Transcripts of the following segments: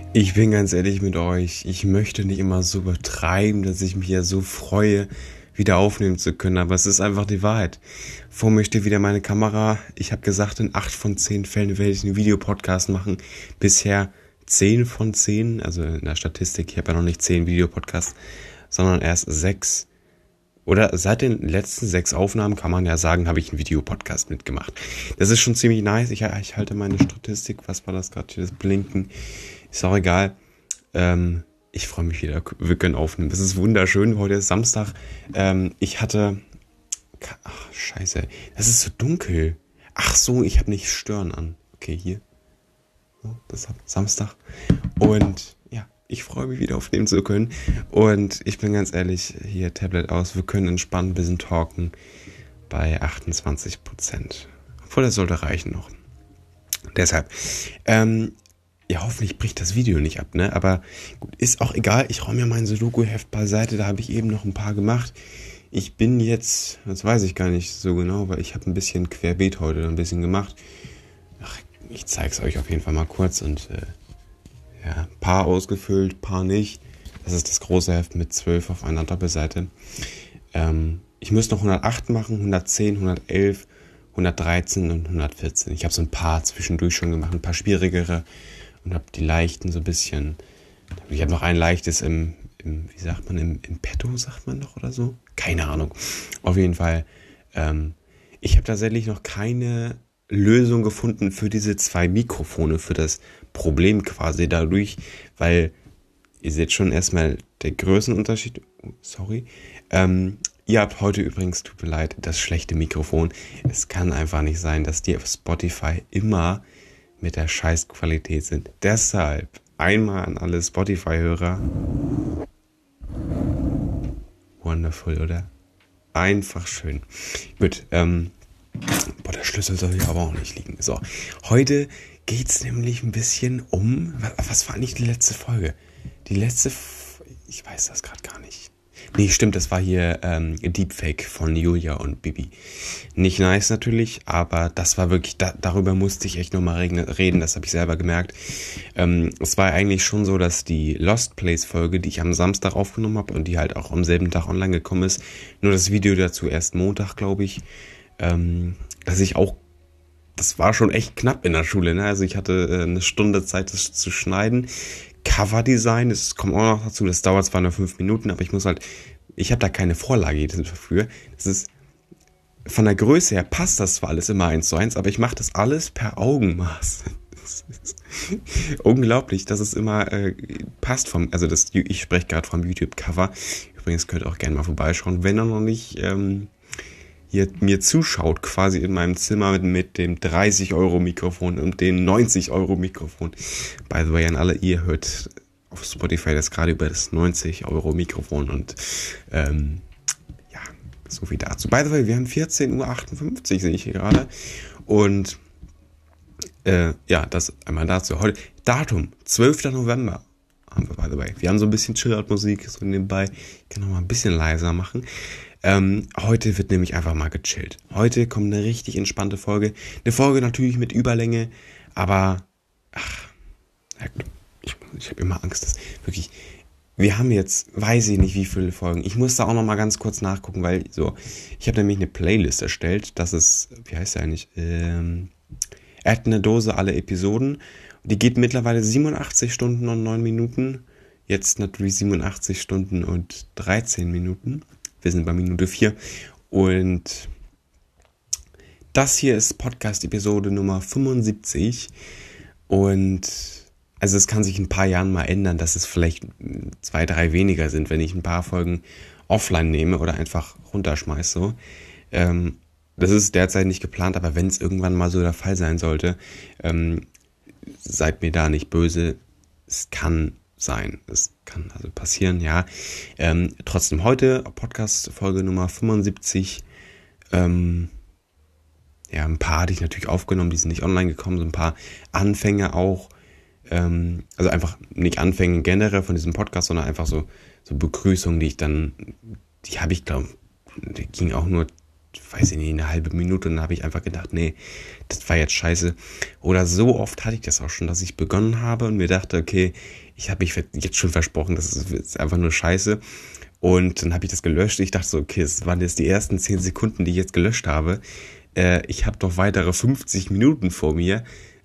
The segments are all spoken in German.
Ich bin ganz ehrlich mit euch, ich möchte nicht immer so übertreiben, dass ich mich ja so freue, wieder aufnehmen zu können, aber es ist einfach die Wahrheit. Vor mir steht wieder meine Kamera. Ich habe gesagt, in 8 von 10 Fällen werde ich einen Videopodcast machen. Bisher 10 von 10, also in der Statistik, ich habe ja noch nicht 10 Videopodcasts, sondern erst 6. Oder seit den letzten 6 Aufnahmen kann man ja sagen, habe ich einen Videopodcast mitgemacht. Das ist schon ziemlich nice. Ich halte meine Statistik. Was war das gerade hier? Das Blinken. Ist auch egal. Ich freue mich wieder. Wir können aufnehmen. Das ist wunderschön. Heute ist Samstag. Ich hatte... Ach, scheiße. Das ist so dunkel. Ach so, ich habe nicht Stören an. Okay, hier. So, das ist Samstag. Und ja, ich freue mich wieder aufnehmen zu können. Und ich bin ganz ehrlich, hier Tablet aus. Wir können entspannt ein bisschen talken bei 28%. Obwohl, das sollte reichen noch. Deshalb, ja, hoffentlich bricht das Video nicht ab, ne? Aber gut, ist auch egal. Ich räume ja mein Sudoku-Heft beiseite. Da habe ich eben noch ein paar gemacht. Ich bin jetzt, das weiß ich gar nicht so genau, weil ich habe ein bisschen querbeet heute ein bisschen gemacht. Ach, ich zeige es euch auf jeden Fall mal kurz. Und ja, paar ausgefüllt, paar nicht. Das ist das große Heft mit 12 auf einer Doppelseite. Ich müsste noch 108 machen, 110, 111, 113 und 114. Ich habe so ein paar zwischendurch schon gemacht, ein paar schwierigere. Und habe die leichten so ein bisschen. Ich habe noch ein leichtes wie sagt man, im Petto, sagt man noch oder so? Keine Ahnung. Auf jeden Fall. Ich habe tatsächlich noch keine Lösung gefunden für diese 2 Mikrofone, für das Problem quasi dadurch, weil ihr seht schon erstmal der Größenunterschied. Sorry. Ihr habt heute übrigens, tut mir leid, das schlechte Mikrofon. Es kann einfach nicht sein, dass die auf Spotify immer mit der Scheißqualität sind. Deshalb einmal an alle Spotify-Hörer. Wonderful, oder? Einfach schön. Gut, der Schlüssel soll hier aber auch nicht liegen. So, heute geht's nämlich ein bisschen um, was war eigentlich die letzte Folge? Ich weiß das gerade gar nicht. Nee, stimmt, das war hier Deepfake von Julia und Bibi. Nicht nice natürlich, aber das war wirklich, darüber musste ich echt nochmal reden, das habe ich selber gemerkt. Es war eigentlich schon so, dass die Lost Place Folge, die ich am Samstag aufgenommen habe und die halt auch am selben Tag online gekommen ist, nur das Video dazu erst Montag, glaube ich, das war schon echt knapp in der Schule, ne? Also ich hatte eine Stunde Zeit, das zu schneiden. Coverdesign, das kommt auch noch dazu, das dauert zwar nur 5 Minuten, aber ich habe da keine Vorlage dafür. Das ist, von der Größe her passt das zwar alles immer 1:1, aber ich mache das alles per Augenmaß. Das ist unglaublich, dass es immer passt ich spreche gerade vom YouTube-Cover. Übrigens könnt ihr auch gerne mal vorbeischauen, wenn ihr noch nicht hier mir zuschaut, quasi in meinem Zimmer mit dem 30-Euro-Mikrofon und dem 90-Euro-Mikrofon. By the way, an alle, ihr hört auf Spotify das gerade über das 90-Euro-Mikrofon und ja, so viel dazu. By the way, wir haben 14:58 Uhr, sehe ich hier gerade. Und ja, das einmal dazu. Heute, Datum, 12. November haben wir, by the way. Wir haben so ein bisschen Chill-Out-Musik so nebenbei. Ich kann noch mal ein bisschen leiser machen. Heute wird nämlich einfach mal gechillt. Heute kommt eine richtig entspannte Folge. Eine Folge natürlich mit Überlänge, aber ich habe immer Angst, dass wirklich, wir haben jetzt, weiß ich nicht wie viele Folgen. Ich muss da auch noch mal ganz kurz nachgucken, weil so, ich habe nämlich eine Playlist erstellt. Das ist, wie heißt der eigentlich? Add eine Dose alle Episoden. Die geht mittlerweile 87 Stunden und 9 Minuten. Jetzt natürlich 87 Stunden und 13 Minuten. Wir sind bei Minute 4 und das hier ist Podcast-Episode Nummer 75 und also es kann sich in ein paar Jahren mal ändern, dass es vielleicht 2, 3 weniger sind, wenn ich ein paar Folgen offline nehme oder einfach runterschmeiße. So. Das ist derzeit nicht geplant, aber wenn es irgendwann mal so der Fall sein sollte, seid mir da nicht böse, es kann sein. Es kann also passieren, ja. Trotzdem heute Podcast-Folge Nummer 75. Ja, ein paar hatte ich natürlich aufgenommen, die sind nicht online gekommen, so ein paar Anfänge auch. Also einfach nicht Anfänge generell von diesem Podcast, sondern einfach so Begrüßungen, die habe ich, glaube, die ging auch nur weiß ich nicht, eine halbe Minute und dann habe ich einfach gedacht, nee, das war jetzt scheiße. Oder so oft hatte ich das auch schon, dass ich begonnen habe und mir dachte, okay, ich habe mich jetzt schon versprochen, das ist einfach nur scheiße. Und dann habe ich das gelöscht. Ich dachte so, okay, es waren jetzt die ersten 10 Sekunden, die ich jetzt gelöscht habe. Ich habe doch weitere 50 Minuten vor mir.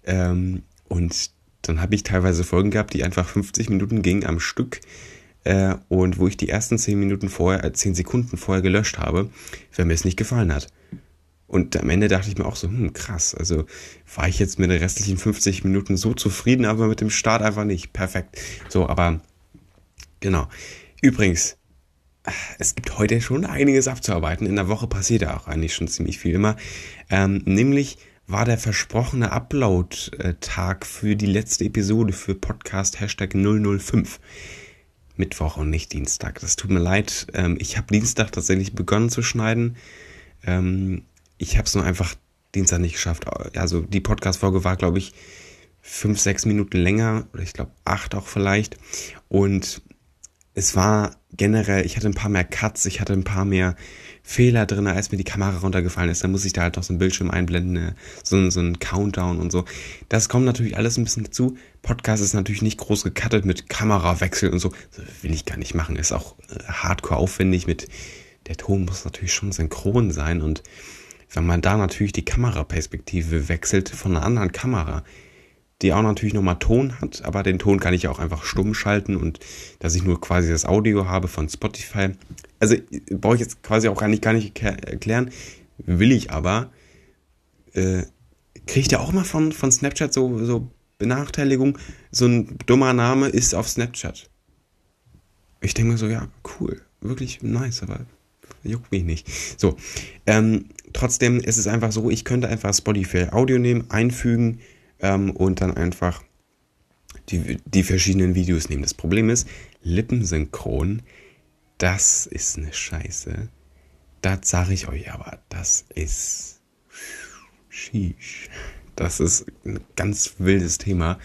Und dann habe ich teilweise Folgen gehabt, die einfach 50 Minuten gingen am Stück. Und wo ich die ersten 10 Sekunden vorher gelöscht habe, weil mir es nicht gefallen hat. Und am Ende dachte ich mir auch so, krass, also war ich jetzt mit den restlichen 50 Minuten so zufrieden, aber mit dem Start einfach nicht. Perfekt. So, aber genau. Übrigens, es gibt heute schon einiges abzuarbeiten. In der Woche passiert ja auch eigentlich schon ziemlich viel immer. Nämlich war der versprochene Upload-Tag für die letzte Episode für Podcast Hashtag 005. Mittwoch und nicht Dienstag. Das tut mir leid. Ich habe Dienstag tatsächlich begonnen zu schneiden. Ich habe es nur einfach Dienstag nicht geschafft. Also die Podcast-Folge war, glaube ich, 5-6 Minuten länger. Oder ich glaube 8 auch vielleicht. Und es war generell, ich hatte ein paar mehr Cuts, ich hatte ein paar mehr Fehler drin, als mir die Kamera runtergefallen ist. Dann muss ich da halt noch so ein Bildschirm einblenden, so ein Countdown und so. Das kommt natürlich alles ein bisschen dazu. Podcast ist natürlich nicht groß gecuttet mit Kamerawechsel und so. Das will ich gar nicht machen. Ist auch hardcore aufwendig der Ton muss natürlich schon synchron sein. Und wenn man da natürlich die Kameraperspektive wechselt von einer anderen Kamera, die auch natürlich nochmal Ton hat, aber den Ton kann ich auch einfach stumm schalten und dass ich nur quasi das Audio habe von Spotify. Also brauche ich jetzt quasi auch gar nicht erklären, will ich aber. Kriegt ihr auch mal von Snapchat so Benachteiligung? So ein dummer Name ist auf Snapchat. Ich denke mir so, ja, cool, wirklich nice, aber juckt mich nicht. So, trotzdem ist es einfach so, ich könnte einfach Spotify Audio nehmen, einfügen, und dann einfach die verschiedenen Videos nehmen. Das Problem ist, Lippensynchron, das ist eine Scheiße. Das sage ich euch aber, das ist sheesh. Das ist ein ganz wildes Thema.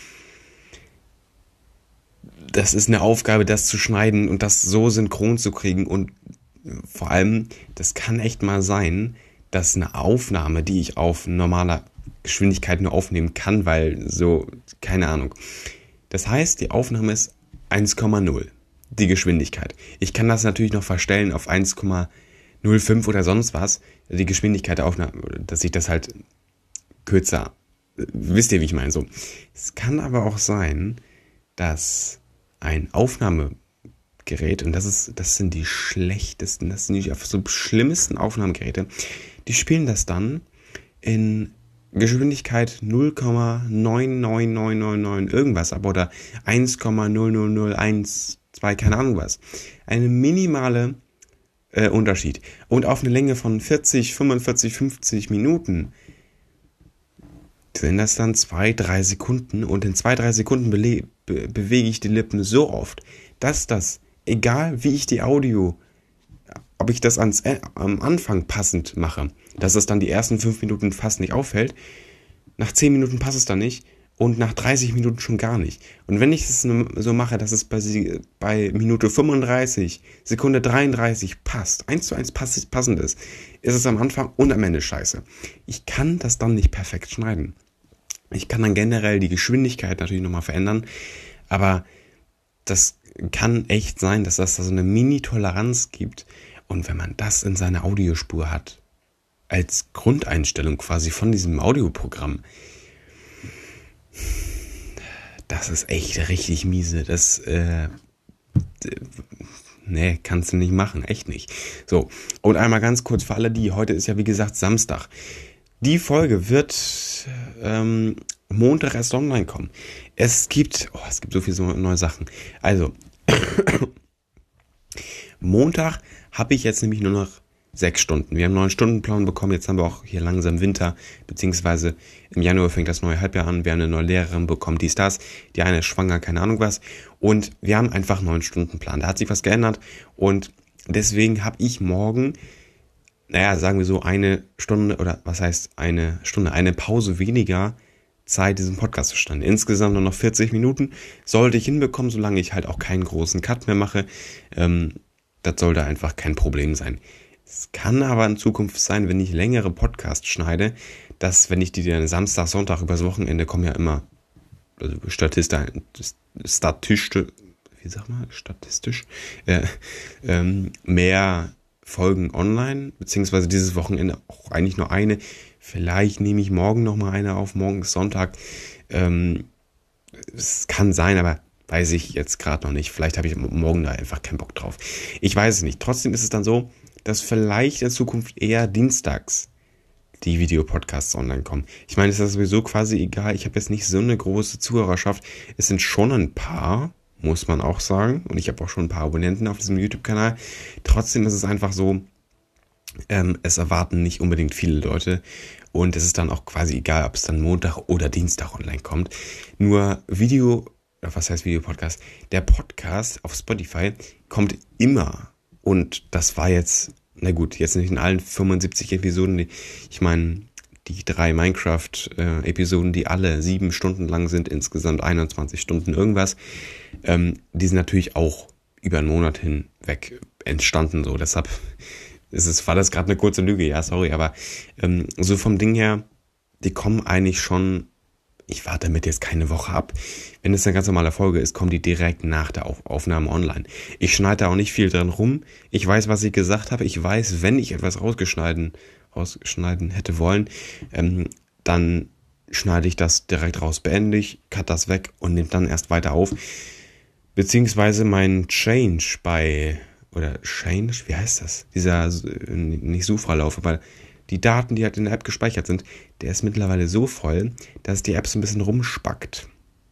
Das ist eine Aufgabe, das zu schneiden und das so synchron zu kriegen. Und vor allem, das kann echt mal sein, dass eine Aufnahme, die ich auf normaler Geschwindigkeit nur aufnehmen kann, weil so, keine Ahnung. Das heißt, die Aufnahme ist 1,0, die Geschwindigkeit. Ich kann das natürlich noch verstellen auf 1,05 oder sonst was, die Geschwindigkeit der Aufnahme, dass ich das halt kürzer, wisst ihr, wie ich meine, so. Es kann aber auch sein, dass ein Aufnahmegerät, und das sind die schlechtesten, das sind die so schlimmsten Aufnahmegeräte, die spielen das dann in Geschwindigkeit 0,99999 irgendwas ab oder 1,00012, keine Ahnung was. Eine minimale Unterschied. Und auf eine Länge von 40, 45, 50 Minuten sind das dann 2-3 Sekunden und in 2-3 Sekunden bewege ich die Lippen so oft, dass das, egal wie ich die Audio, ob ich das am Anfang passend mache, dass es dann die ersten 5 Minuten fast nicht auffällt, nach 10 Minuten passt es dann nicht und nach 30 Minuten schon gar nicht. Und wenn ich es so mache, dass es bei Minute 35, Sekunde 33 passt, 1:1 passend ist es am Anfang und am Ende scheiße. Ich kann das dann nicht perfekt schneiden. Ich kann dann generell die Geschwindigkeit natürlich nochmal verändern, aber das kann echt sein, dass das da so eine Mini-Toleranz gibt. Und wenn man das in seiner Audiospur hat, als Grundeinstellung quasi von diesem Audioprogramm, das ist echt richtig miese. Das, nee, kannst du nicht machen, echt nicht. So, und einmal ganz kurz für alle die, heute ist ja wie gesagt Samstag. Die Folge wird Montag erst online kommen. Es gibt so viele neue Sachen. Also, Montag habe ich jetzt nämlich nur noch 6 Stunden. Wir haben einen 9-Stunden-Plan bekommen. Jetzt haben wir auch hier langsam Winter, beziehungsweise im Januar fängt das neue Halbjahr an. Wir haben eine neue Lehrerin bekommen, dies, das. Die eine ist schwanger, keine Ahnung was. Und wir haben einfach einen 9-Stunden-Plan. Da hat sich was geändert. Und deswegen habe ich morgen, sagen wir so eine Stunde, oder was heißt eine Stunde, eine Pause weniger Zeit, diesen Podcast zu starten. Insgesamt nur noch 40 Minuten sollte ich hinbekommen, solange ich halt auch keinen großen Cut mehr mache. Das sollte einfach kein Problem sein. Es kann aber in Zukunft sein, wenn ich längere Podcasts schneide, dass, wenn ich die dann Samstag, Sonntag übers Wochenende kommen ja immer, also statistisch, mehr Folgen online, beziehungsweise dieses Wochenende auch eigentlich nur eine. Vielleicht nehme ich morgen nochmal eine auf, morgen ist Sonntag. Es kann sein, aber weiß ich jetzt gerade noch nicht. Vielleicht habe ich morgen da einfach keinen Bock drauf. Ich weiß es nicht. Trotzdem ist es dann so, dass vielleicht in Zukunft eher dienstags die Videopodcasts online kommen. Ich meine, es ist sowieso quasi egal. Ich habe jetzt nicht so eine große Zuhörerschaft. Es sind schon ein paar, muss man auch sagen. Und ich habe auch schon ein paar Abonnenten auf diesem YouTube-Kanal. Trotzdem ist es einfach so, es erwarten nicht unbedingt viele Leute. Und es ist dann auch quasi egal, ob es dann Montag oder Dienstag online kommt. Nur was heißt Videopodcast? Der Podcast auf Spotify kommt immer. Und das war jetzt, na gut, jetzt nicht in allen 75 Episoden. Ich meine, die 3 Minecraft-Episoden, die alle 7 Stunden lang sind, insgesamt 21 Stunden irgendwas, die sind natürlich auch über einen Monat hinweg entstanden. So, deshalb war das gerade eine kurze Lüge, ja, sorry, aber so vom Ding her, die kommen eigentlich schon. Ich warte damit jetzt keine Woche ab. Wenn es eine ganz normale Folge ist, kommen die direkt nach der Aufnahme online. Ich schneide da auch nicht viel dran rum. Ich weiß, was ich gesagt habe. Ich weiß, wenn ich etwas rausschneiden hätte wollen, dann schneide ich das direkt raus, beende ich, cut das weg und nehme dann erst weiter auf. Beziehungsweise mein Change wie heißt das? Dieser, nicht Suchverlauf, aber die Daten, die halt in der App gespeichert sind, der ist mittlerweile so voll, dass die App so ein bisschen rumspackt.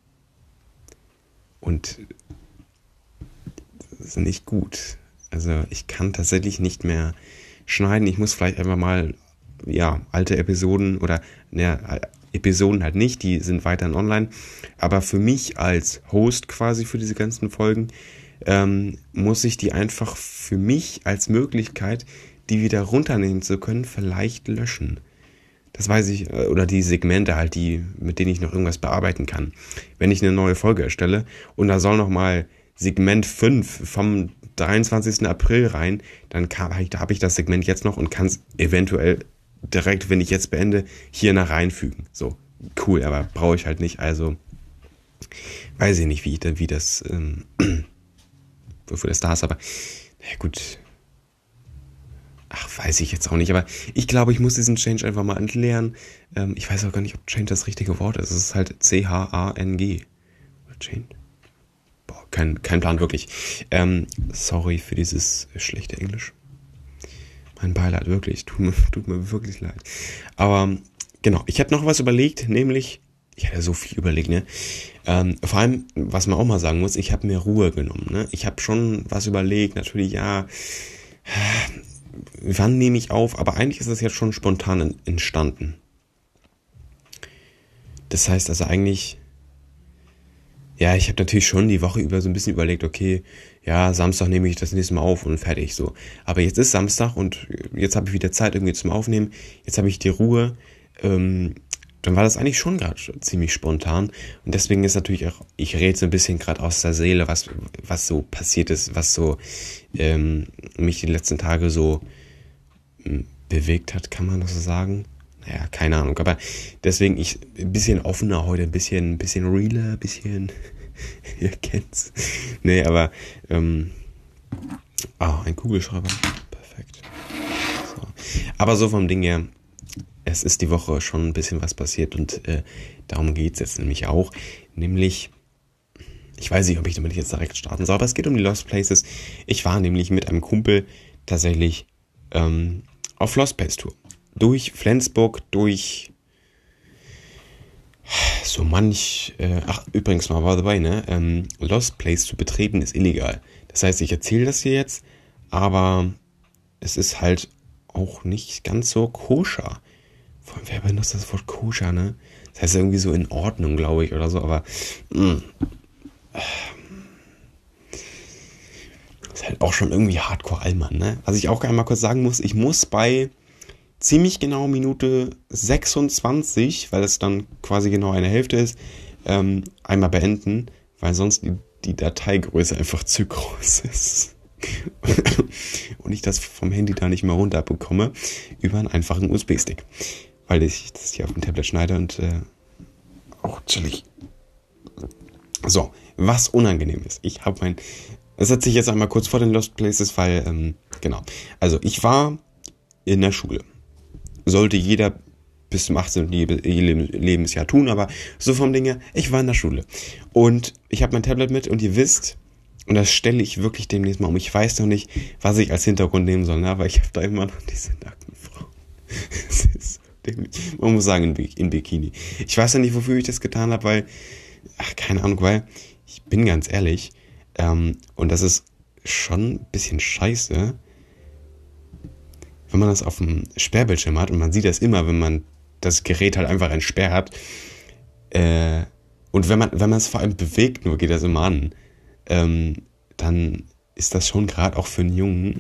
Und das ist nicht gut. Also ich kann tatsächlich nicht mehr schneiden. Ich muss vielleicht einfach mal, alte Episoden Episoden halt nicht, die sind weiterhin online. Aber für mich als Host quasi für diese ganzen Folgen, muss ich die einfach für mich als Möglichkeit, die wieder runternehmen zu können, vielleicht löschen. Das weiß ich, oder die Segmente halt, mit denen ich noch irgendwas bearbeiten kann. Wenn ich eine neue Folge erstelle und da soll nochmal Segment 5 vom 23. April rein, dann habe ich das Segment jetzt noch und kann es eventuell direkt, wenn ich jetzt beende, hier nach reinfügen. So, cool, aber brauche ich halt nicht, also weiß ich nicht, wie das, wofür das da ist, aber na gut. Weiß ich jetzt auch nicht, aber ich glaube, ich muss diesen Change einfach mal entleeren. Ich weiß auch gar nicht, ob Change das richtige Wort ist. Es ist halt C-H-A-N-G. Change? Boah, kein Plan, wirklich. Sorry für dieses schlechte Englisch. Mein Beileid, wirklich. Tut mir wirklich leid. Aber genau, ich habe noch was überlegt, nämlich, ich hatte so viel überlegt, ne? Vor allem, was man auch mal sagen muss, ich habe mir Ruhe genommen, ne? Ich habe schon was überlegt, natürlich, ja, wann nehme ich auf, aber eigentlich ist das jetzt schon spontan entstanden. Das heißt also eigentlich, ja, ich habe natürlich schon die Woche über so ein bisschen überlegt, okay, ja, Samstag nehme ich das nächste Mal auf und fertig so. Aber jetzt ist Samstag und jetzt habe ich wieder Zeit irgendwie zum Aufnehmen, jetzt habe ich die Ruhe, dann war das eigentlich schon gerade ziemlich spontan und deswegen ist natürlich auch, ich rede so ein bisschen gerade aus der Seele, was so passiert ist, was so mich die letzten Tage so bewegt hat, kann man das so sagen? Naja, keine Ahnung, aber deswegen ich ein bisschen offener heute, ein bisschen realer, ein bisschen, ihr kennt's. Nee, aber, ein Kugelschreiber, perfekt. So. Aber so vom Ding her, es ist die Woche schon ein bisschen was passiert und darum geht's jetzt nämlich auch, nämlich, ich weiß nicht, ob ich damit jetzt direkt starten soll, aber es geht um die Lost Places. Ich war nämlich mit einem Kumpel tatsächlich auf Lost Place Tour. Durch Flensburg, durch so übrigens mal, by the way, ne, Lost Place zu betreten ist illegal. Das heißt, ich erzähle das hier jetzt, aber es ist halt auch nicht ganz so koscher. Vor allem, wer benutzt das Wort koscher, ne? Das heißt irgendwie so in Ordnung, glaube ich, oder so, aber ist halt auch schon irgendwie Hardcore-Allmann, ne? Was ich auch einmal kurz sagen muss, ich muss bei ziemlich genau Minute 26, weil es dann quasi genau eine Hälfte ist, einmal beenden, weil sonst die Dateigröße einfach zu groß ist. und ich das vom Handy da nicht mehr runterbekomme über einen einfachen USB-Stick. Weil ich das hier auf dem Tablet schneide und auch chillig. So, was unangenehm ist. Das setze ich jetzt einmal kurz vor den Lost Places, weil, genau. Also, ich war in der Schule. Sollte jeder bis zum 18. Lebensjahr tun, aber so vom Ding her, ich war in der Schule. Und ich habe mein Tablet mit und ihr wisst, und das stelle ich wirklich demnächst mal um. Ich weiß noch nicht, was ich als Hintergrund nehmen soll, ne? Aber ich habe da immer noch diese nackten Frauen. Es ist so dämlich. Man muss sagen, in Bikini. Ich weiß ja nicht, wofür ich das getan habe, weil, keine Ahnung, weil, ich bin ganz ehrlich, und das ist schon ein bisschen scheiße, wenn man das auf dem Sperrbildschirm hat, und man sieht das immer, wenn man das Gerät halt einfach entsperrt, und wenn man es vor allem bewegt, nur geht das immer an, dann ist das schon gerade auch für einen Jungen,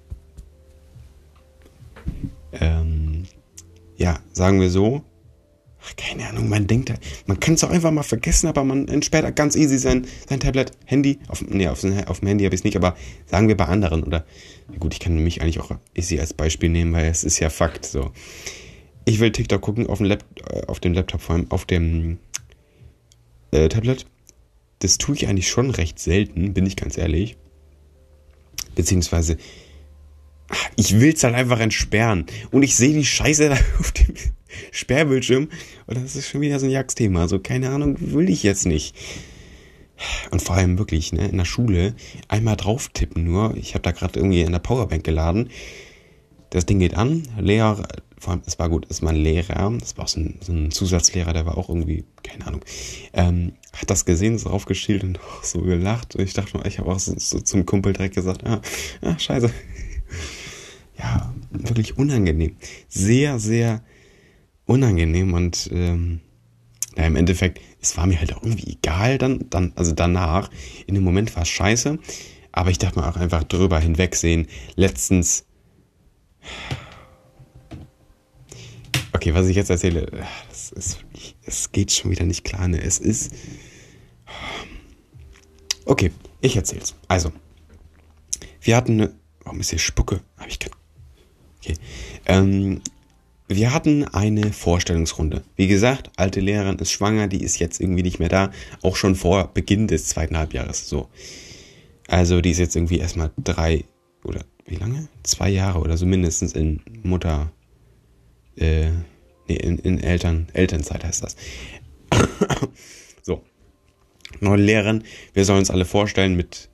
ja, sagen wir so, keine Ahnung, man denkt, man kann es auch einfach mal vergessen, aber man entsperrt ganz easy sein Tablet, Handy, auf dem Handy habe ich es nicht, aber sagen wir bei anderen, oder, gut, ich kann mich eigentlich auch easy als Beispiel nehmen, weil es ist ja Fakt, so. Ich will TikTok gucken, auf dem Laptop, vor allem auf dem Tablet. Das tue ich eigentlich schon recht selten, bin ich ganz ehrlich. Beziehungsweise, ich will es halt einfach entsperren. Und ich sehe die Scheiße da auf dem Sperrbildschirm. Und das ist schon wieder so ein Jagdthema. Also keine Ahnung, will ich jetzt nicht. Und vor allem wirklich, ne, in der Schule einmal drauf tippen nur. Ich habe da gerade irgendwie in der Powerbank geladen. Das Ding geht an. Lehrer, vor allem, es war gut, es war ein Lehrer. Das war auch so ein Zusatzlehrer, der war auch irgendwie, keine Ahnung, hat das gesehen, ist draufgeschielt und auch so gelacht. Und ich dachte mal, ich habe auch so zum Kumpel direkt gesagt, scheiße. Ja, wirklich unangenehm. Sehr, sehr unangenehm und im Endeffekt, es war mir halt auch irgendwie egal also danach. In dem Moment war es scheiße, aber ich dachte mal auch einfach drüber hinwegsehen. Letztens, okay, was ich jetzt erzähle, es geht schon wieder nicht klar, ne? Es ist, okay, ich erzähl's. Also, wir hatten warum ist hier Spucke? Okay. Wir hatten eine Vorstellungsrunde. Wie gesagt, alte Lehrerin ist schwanger, die ist jetzt irgendwie nicht mehr da. Auch schon vor Beginn des 2. Halbjahres. So. Also die ist jetzt irgendwie erstmal 3 oder wie lange? 2 Jahre oder so mindestens in in Elternzeit heißt das. So. Neue Lehrerin. Wir sollen uns alle vorstellen mit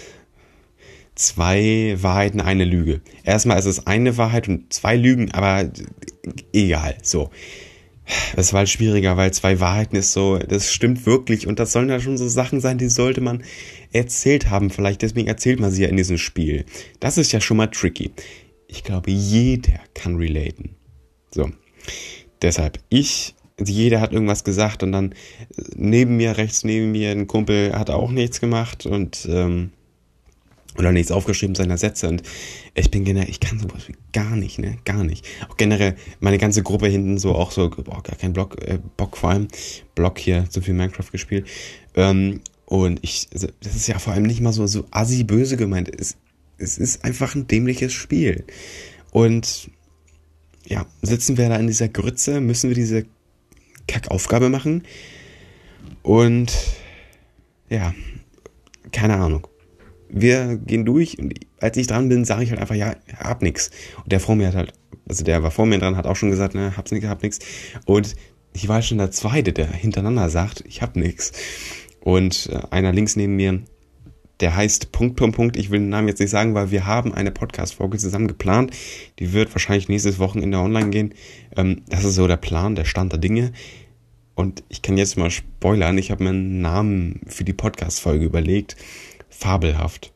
2 Wahrheiten, eine Lüge. Erstmal ist es eine Wahrheit und 2 Lügen, aber egal, so. Das war halt schwieriger, weil 2 Wahrheiten ist so, das stimmt wirklich und das sollen ja schon so Sachen sein, die sollte man erzählt haben vielleicht, deswegen erzählt man sie ja in diesem Spiel. Das ist ja schon mal tricky. Ich glaube, jeder kann relaten. So, deshalb, jeder hat irgendwas gesagt und dann rechts neben mir, ein Kumpel hat auch nichts gemacht und oder nichts aufgeschrieben seiner Sätze und ich kann sowas gar nicht, ne, gar nicht. Auch generell meine ganze Gruppe hinten so auch so, gar kein Bock vor allem, Block hier, so viel Minecraft gespielt und das ist ja vor allem nicht mal so assi böse gemeint, es ist einfach ein dämliches Spiel und ja, sitzen wir da in dieser Grütze, müssen wir diese Kackaufgabe machen und ja, keine Ahnung. Wir gehen durch und als ich dran bin, sage ich halt einfach, ja, hab nix. Und der vor mir der war vor mir dran, hat auch schon gesagt, ne, hab nix. Und ich war schon der Zweite, der hintereinander sagt, ich hab nix. Und einer links neben mir, der heißt ... Ich will den Namen jetzt nicht sagen, weil wir haben eine Podcast-Folge zusammen geplant. Die wird wahrscheinlich nächstes Wochenende online gehen. Das ist so der Plan, der Stand der Dinge. Und ich kann jetzt mal spoilern, ich habe mir einen Namen für die Podcast-Folge überlegt. Fabelhaft.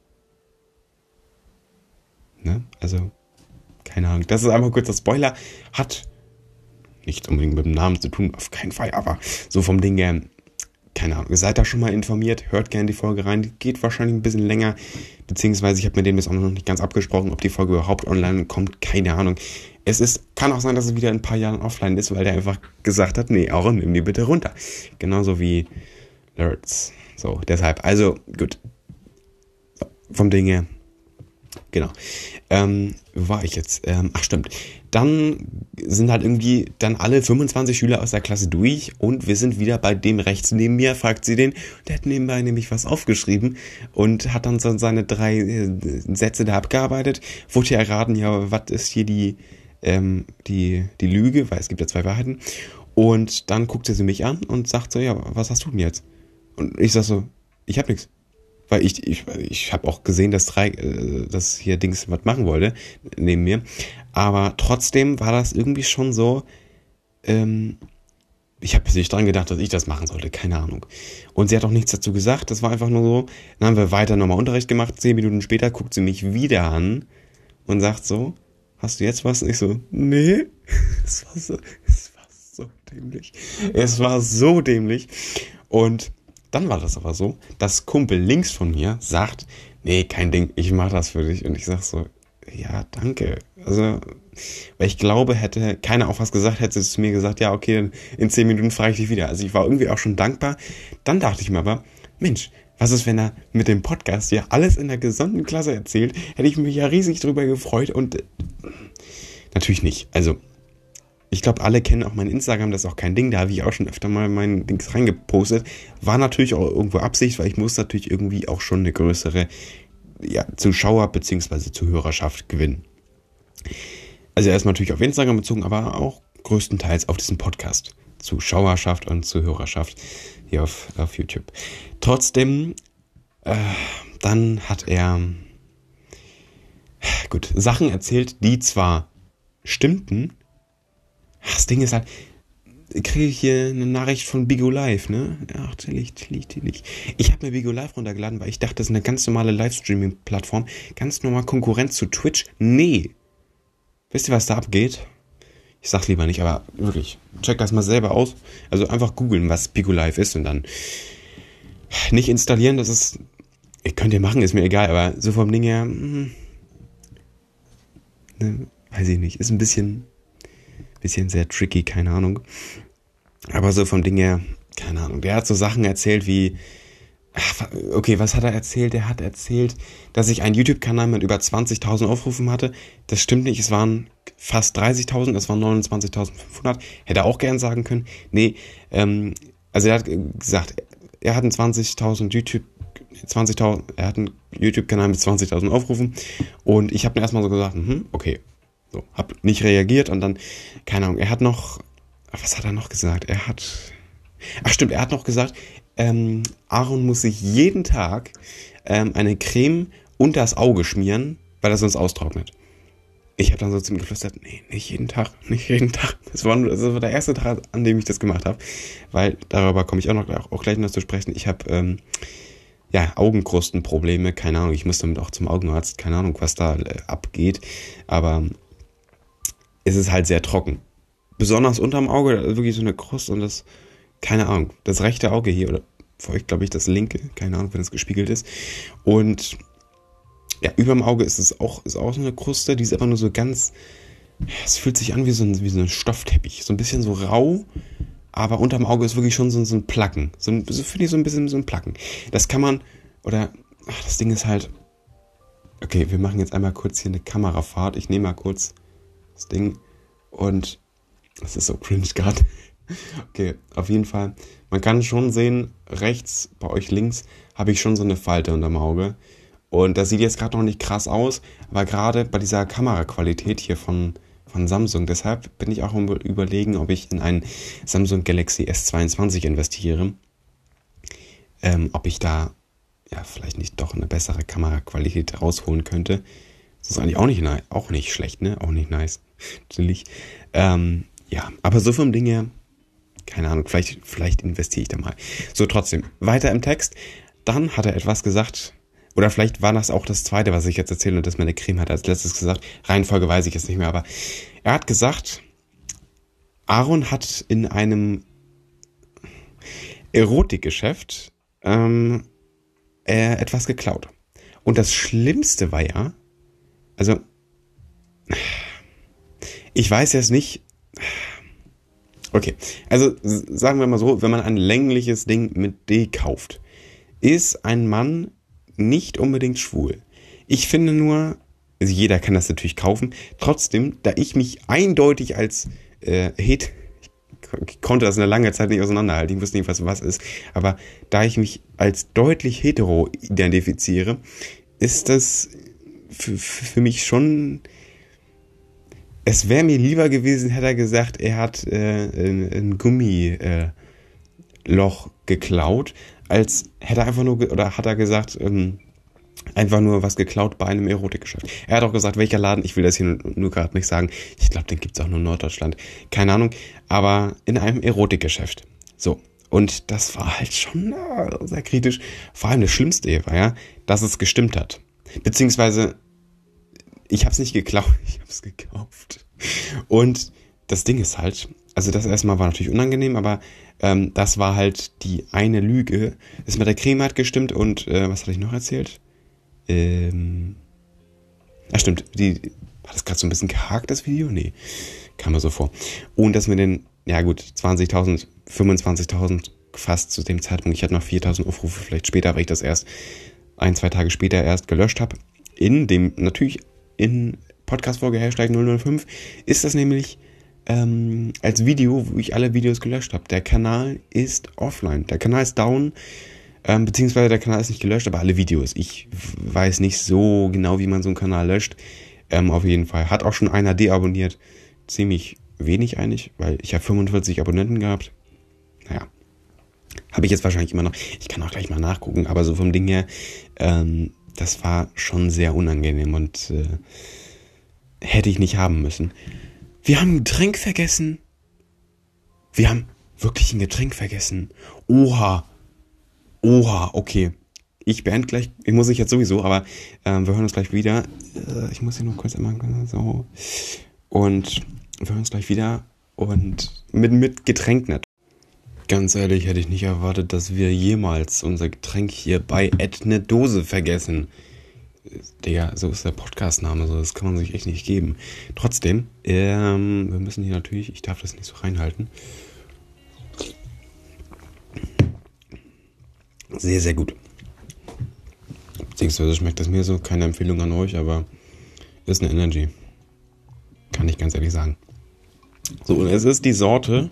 Ne? Also, keine Ahnung. Das ist einfach kurz der Spoiler. Hat nichts unbedingt mit dem Namen zu tun, auf keinen Fall, aber so vom Ding her, keine Ahnung. Ihr seid da schon mal informiert, hört gerne die Folge rein. Die geht wahrscheinlich ein bisschen länger, beziehungsweise ich habe mit denen bis auch noch nicht ganz abgesprochen, ob die Folge überhaupt online kommt, keine Ahnung. Kann auch sein, dass es wieder in ein paar Jahren offline ist, weil der einfach gesagt hat, nee, Aaron, nimm die bitte runter. Genauso wie Lurz. So, deshalb, also, gut. Vom Ding her, Genau. Wo war ich jetzt? Ach stimmt. Dann sind halt irgendwie dann alle 25 Schüler aus der Klasse durch und wir sind wieder bei dem rechts neben mir, fragt sie den. Der hat nebenbei nämlich was aufgeschrieben und hat dann so seine 3 Sätze da abgearbeitet. Wurde hier erraten, ja, was ist hier die Lüge, weil es gibt ja 2 Wahrheiten. Und dann guckte sie mich an und sagt so, ja, was hast du denn jetzt? Und ich sag so, ich hab nichts. Weil ich habe auch gesehen, dass hier Dings was machen wollte, neben mir. Aber trotzdem war das irgendwie schon so, ich habe nicht dran gedacht, dass ich das machen sollte, keine Ahnung. Und sie hat auch nichts dazu gesagt, das war einfach nur so. Dann haben wir weiter nochmal Unterricht gemacht, 10 Minuten später guckt sie mich wieder an und sagt so, hast du jetzt was? Und ich so, nee. Es war so dämlich. Es war so dämlich. Und dann war das aber so, dass Kumpel links von mir sagt, nee, kein Ding, ich mach das für dich. Und ich sag so, ja, danke. Also, weil ich glaube, hätte keiner auch was gesagt, hätte es zu mir gesagt, ja, okay, dann in 10 Minuten frage ich dich wieder. Also ich war irgendwie auch schon dankbar. Dann dachte ich mir aber, Mensch, was ist, wenn er mit dem Podcast ja alles in der gesamten Klasse erzählt? Hätte ich mich ja riesig drüber gefreut und natürlich nicht. Also, ich glaube, alle kennen auch mein Instagram, das ist auch kein Ding, da habe ich auch schon öfter mal mein Dings reingepostet. War natürlich auch irgendwo Absicht, weil ich muss natürlich irgendwie auch schon eine größere Zuschauer- bzw. Zuhörerschaft gewinnen. Also erstmal natürlich auf Instagram bezogen, aber auch größtenteils auf diesen Podcast. Zuschauerschaft und Zuhörerschaft hier auf YouTube. Trotzdem, dann hat er Sachen erzählt, die zwar stimmten. Das Ding ist halt, kriege ich hier eine Nachricht von Bigo Live, ne? Ach, chillig. Ich habe mir Bigo Live runtergeladen, weil ich dachte, das ist eine ganz normale Livestreaming-Plattform. Ganz normal Konkurrenz zu Twitch. Nee. Wisst ihr, was da abgeht? Ich sag lieber nicht, aber wirklich, check das mal selber aus. Also einfach googeln, was Bigo Live ist und dann nicht installieren, das ist, könnt ihr machen, ist mir egal, aber so vom Ding her, weiß ich nicht, ist ein bisschen sehr tricky, keine Ahnung. Aber so vom Ding her, keine Ahnung. Der hat so Sachen erzählt wie, okay, was hat er erzählt? Er hat erzählt, dass ich einen YouTube-Kanal mit über 20.000 Aufrufen hatte. Das stimmt nicht, es waren fast 30.000, es waren 29.500. Hätte er auch gern sagen können. Nee, also er hat gesagt, er hat einen 20.000 er hat einen YouTube-Kanal mit 20.000 Aufrufen und ich habe dann erstmal so gesagt, okay. So, hab nicht reagiert und dann, keine Ahnung, er hat noch, was hat er noch gesagt? Er hat noch gesagt, Aaron muss sich jeden Tag eine Creme unter das Auge schmieren, weil er sonst austrocknet. Ich habe dann so zu ihm geflüstert, nee, nicht jeden Tag. Das war der erste Tag, an dem ich das gemacht habe, weil darüber komme ich auch gleich noch zu sprechen. Ich habe Augenkrustenprobleme, keine Ahnung, ich muss damit auch zum Augenarzt, keine Ahnung, was da abgeht, aber es ist halt sehr trocken. Besonders unterm Auge, da ist wirklich so eine Kruste und das, keine Ahnung, das rechte Auge hier, oder für euch glaube ich das linke, keine Ahnung, wenn es gespiegelt ist. Und ja, überm Auge ist auch so eine Kruste, die ist einfach nur so ganz, es fühlt sich an wie so ein Stoffteppich, so ein bisschen so rau, aber unterm Auge ist wirklich schon so ein Placken. Finde ich so ein bisschen so ein Placken. Das kann man, das Ding ist halt, okay, wir machen jetzt einmal kurz hier eine Kamerafahrt, ich nehme mal kurz das Ding und das ist so cringe gerade. Okay, auf jeden Fall. Man kann schon sehen, rechts, bei euch links, habe ich schon so eine Falte unterm Auge. Und das sieht jetzt gerade noch nicht krass aus, aber gerade bei dieser Kameraqualität hier von Samsung, deshalb bin ich auch überlegen, ob ich in einen Samsung Galaxy S22 investiere. Ob ich da vielleicht nicht doch eine bessere Kameraqualität rausholen könnte. Das ist eigentlich auch nicht schlecht, ne? Auch nicht nice. Natürlich. Aber so vom Ding her, keine Ahnung, vielleicht investiere ich da mal. So, trotzdem, weiter im Text. Dann hat er etwas gesagt, oder vielleicht war das auch das Zweite, was ich jetzt erzähle, und das meine Creme hat als letztes gesagt. Reihenfolge weiß ich jetzt nicht mehr, aber er hat gesagt, Aaron hat in einem Erotikgeschäft etwas geklaut. Und das Schlimmste war ja, also, ich weiß jetzt nicht, okay, also sagen wir mal so, wenn man ein längliches Ding mit D kauft, ist ein Mann nicht unbedingt schwul. Ich finde nur, Also jeder kann das natürlich kaufen. Trotzdem, da ich mich eindeutig als ich konnte das eine lange Zeit nicht auseinanderhalten, ich wusste nicht, was ist, aber da ich mich als deutlich hetero identifiziere, ist das für mich schon... Es wäre mir lieber gewesen, hätte er gesagt, er hat ein Gummiloch geklaut, als hätte er einfach nur, oder hat er gesagt, einfach nur was geklaut bei einem Erotikgeschäft. Er hat auch gesagt, welcher Laden, ich will das hier nur gerade nicht sagen, ich glaube, den gibt es auch nur in Norddeutschland, keine Ahnung, aber in einem Erotikgeschäft. So, und das war halt schon sehr kritisch. Vor allem das Schlimmste war ja, dass es gestimmt hat. Beziehungsweise, ich habe es nicht geklaut, ich habe es gekauft. Und das Ding ist halt, also das erstmal war natürlich unangenehm, aber das war halt die eine Lüge. Das mit der Creme hat gestimmt und was hatte ich noch erzählt? Stimmt, war das gerade so ein bisschen gehakt, das Video? Nee, kam mir so vor. Und das mit den, ja gut, 20.000, 25.000 fast zu dem Zeitpunkt. Ich hatte noch 4.000 Aufrufe, vielleicht später, weil ich das erst 1-2 Tage später erst gelöscht habe. Natürlich in Podcast-Folge #005 ist das nämlich als Video, wo ich alle Videos gelöscht habe. Der Kanal ist offline. Der Kanal ist down, beziehungsweise der Kanal ist nicht gelöscht, aber alle Videos. Ich weiß nicht so genau, wie man so einen Kanal löscht. Auf jeden Fall. Hat auch schon einer deabonniert. Ziemlich wenig eigentlich, weil ich habe 45 Abonnenten gehabt. Naja. Habe ich jetzt wahrscheinlich immer noch. Ich kann auch gleich mal nachgucken, aber so vom Ding her, das war schon sehr unangenehm und hätte ich nicht haben müssen. Wir haben ein Getränk vergessen. Wir haben wirklich ein Getränk vergessen. Oha, okay. Ich beende gleich, ich muss nicht jetzt sowieso, aber wir hören uns gleich wieder. Ich muss hier nur kurz einmal so. Und wir hören uns gleich wieder. Und mit Getränk nicht. Ganz ehrlich, hätte ich nicht erwartet, dass wir jemals unser Getränk hier bei eine Dose vergessen. Digga, so ist der Podcast-Name, so, das kann man sich echt nicht geben. Trotzdem, wir müssen hier natürlich, ich darf das nicht so reinhalten. Sehr, sehr gut. Beziehungsweise schmeckt das mir so, keine Empfehlung an euch, aber ist eine Energy. Kann ich ganz ehrlich sagen. So, und es ist die Sorte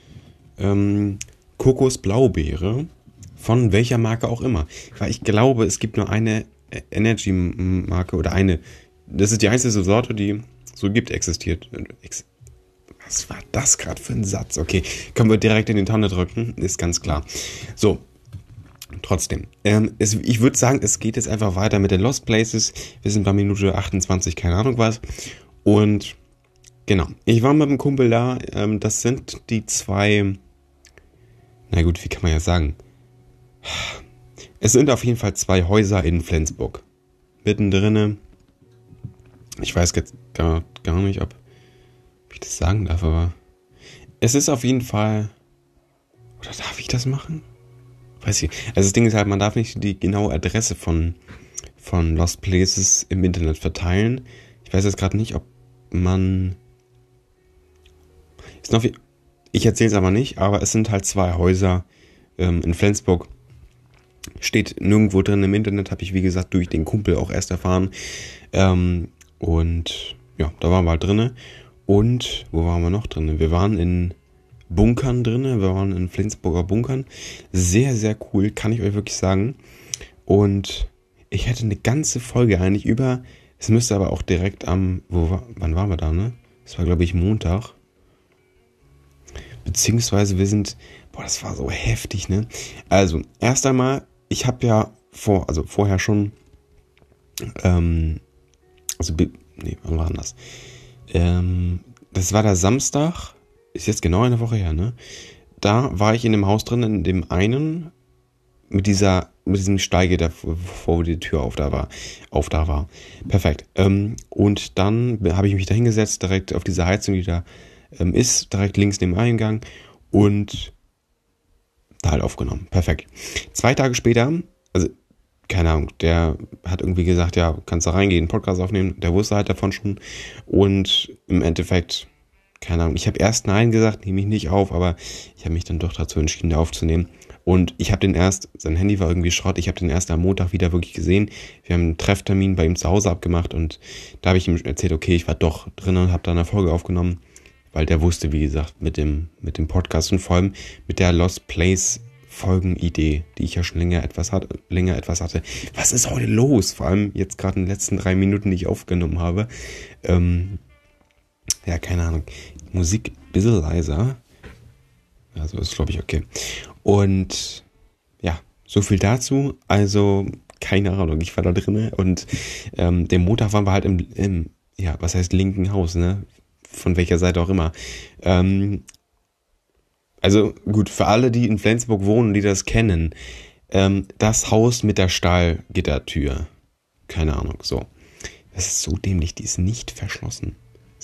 Kokosblaubeere, von welcher Marke auch immer. Weil ich glaube, es gibt nur eine Energy-Marke oder eine. Das ist die einzige Sorte, die so existiert. Was war das gerade für ein Satz? Okay, können wir direkt in die Tonne drücken, ist ganz klar. So, trotzdem. Ich würde sagen, es geht jetzt einfach weiter mit den Lost Places. Wir sind bei Minute 28, keine Ahnung was. Und genau, ich war mit einem Kumpel da. Das sind die zwei. Na gut, wie kann man ja sagen? Es sind auf jeden Fall 2 Häuser in Flensburg. Mittendrin. Ich weiß jetzt gar nicht, ob ich das sagen darf, aber es ist auf jeden Fall. Oder darf ich das machen? Weiß ich. Also das Ding ist halt, man darf nicht die genaue Adresse von Lost Places im Internet verteilen. Ich weiß jetzt gerade nicht, ob man. Ich erzähle es aber nicht, aber es sind halt 2 Häuser in Flensburg. Steht nirgendwo drin im Internet, habe ich wie gesagt durch den Kumpel auch erst erfahren. Und ja, da waren wir halt drinne. Und wo waren wir noch drinne? Wir waren in Bunkern drinne, wir waren in Flensburger Bunkern. Sehr, sehr cool, kann ich euch wirklich sagen. Und ich hätte eine ganze Folge eigentlich über, es müsste aber auch direkt wann waren wir da, ne? Das war glaube ich Montag. Beziehungsweise wir sind, das war so heftig, ne? Also, erst einmal, ich habe ja vorher schon, wann war denn das? Das war der Samstag, ist jetzt genau eine Woche her, ne? Da war ich in dem Haus drin, in dem einen, mit diesem Steige, der vor die Tür auf da war. Perfekt. Und dann habe ich mich da hingesetzt, direkt auf diese Heizung, die da ist, direkt links neben dem Eingang und da halt aufgenommen. Perfekt. 2 Tage später, also keine Ahnung, der hat irgendwie gesagt, ja, kannst da reingehen, Podcast aufnehmen. Der wusste halt davon schon und im Endeffekt, keine Ahnung, ich habe erst Nein gesagt, nehme ich nicht auf, aber ich habe mich dann doch dazu entschieden, da aufzunehmen, Und ich habe sein Handy war irgendwie Schrott, ich habe den erst am Montag wieder wirklich gesehen. Wir haben einen Trefftermin bei ihm zu Hause abgemacht und da habe ich ihm erzählt, okay, ich war doch drin und habe da eine Folge aufgenommen, weil der wusste, wie gesagt, mit dem Podcast und vor allem mit der Lost Place Folgenidee, die ich ja schon länger etwas hatte. Was ist heute los? Vor allem jetzt gerade in den letzten 3 Minuten, die ich aufgenommen habe. Ja, keine Ahnung. Musik ein bisschen leiser. Also ist, glaube ich, okay. Und ja, so viel dazu. Also, keine Ahnung, ich war da drin und den Montag waren wir halt im ja, was heißt linken Haus, ne? Von welcher Seite auch immer. Also gut, für alle, die in Flensburg wohnen und die das kennen, das Haus mit der Stahlgittertür. Keine Ahnung, so. Das ist so dämlich, die ist nicht verschlossen.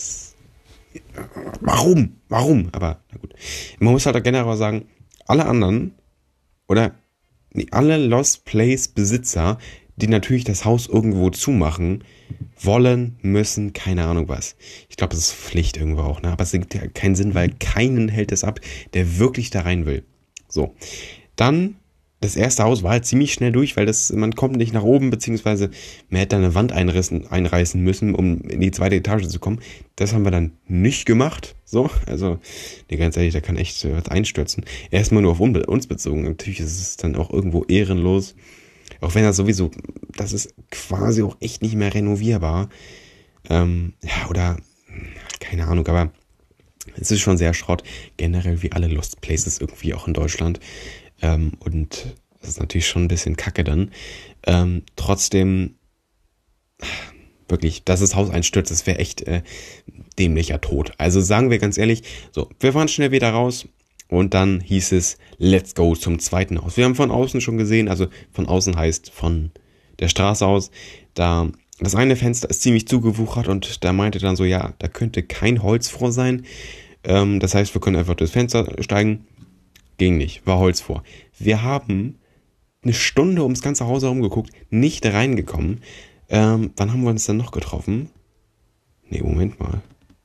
Warum? Aber na gut. Man muss halt auch generell sagen, alle anderen oder alle Lost Place Besitzer, die natürlich das Haus irgendwo zumachen, wollen, müssen, keine Ahnung was. Ich glaube, das ist Pflicht irgendwo auch, ne? Aber es gibt ja keinen Sinn, weil keinen hält es ab, der wirklich da rein will. So. Dann, das erste Haus war halt ziemlich schnell durch, weil man kommt nicht nach oben, beziehungsweise man hätte eine Wand einreißen müssen, um in die zweite Etage zu kommen. Das haben wir dann nicht gemacht. So, also, nee, ganz ehrlich, da kann echt was einstürzen. Erstmal nur auf uns bezogen. Natürlich ist es dann auch irgendwo ehrenlos. Auch wenn das ist quasi auch echt nicht mehr renovierbar. Ja, oder, keine Ahnung, aber es ist schon sehr Schrott. Generell wie alle Lost Places irgendwie auch in Deutschland. Und das ist natürlich schon ein bisschen kacke dann. Trotzdem, wirklich, dass das Haus einstürzt, das wäre echt dämlicher Tod. Also sagen wir ganz ehrlich, so, wir waren schnell wieder raus. Und dann hieß es, let's go zum zweiten Haus. Wir haben von außen schon gesehen, also von außen heißt von der Straße aus, da das eine Fenster ist ziemlich zugewuchert und da meinte dann so, ja, da könnte kein Holz vor sein. Das heißt, wir können einfach durchs Fenster steigen. Ging nicht, war Holz vor. Wir haben eine Stunde ums ganze Haus herum geguckt, nicht reingekommen. Wann haben wir uns dann noch getroffen? Nee, Moment mal.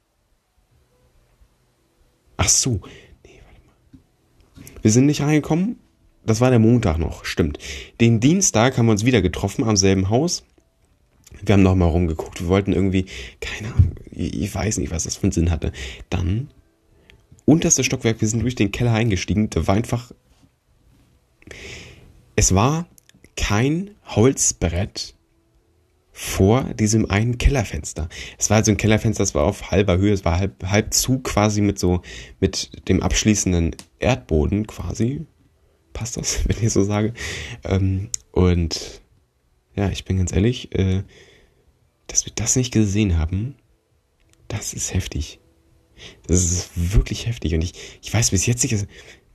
Ach so. Wir sind nicht reingekommen. Das war der Montag noch, stimmt. Den Dienstag haben wir uns wieder getroffen am selben Haus. Wir haben nochmal rumgeguckt. Wir wollten irgendwie, keine Ahnung, ich weiß nicht, was das für einen Sinn hatte. Dann, unterstes Stockwerk, wir sind durch den Keller eingestiegen. Da war einfach, es war kein Holzbrett vor diesem einen Kellerfenster. Es war halt so ein Kellerfenster, das war auf halber Höhe, es war halb zu quasi mit dem abschließenden Erdboden quasi. Passt das, wenn ich so sage? Und ja, ich bin ganz ehrlich, dass wir das nicht gesehen haben, das ist heftig. Das ist wirklich heftig. Und ich weiß bis jetzt nicht,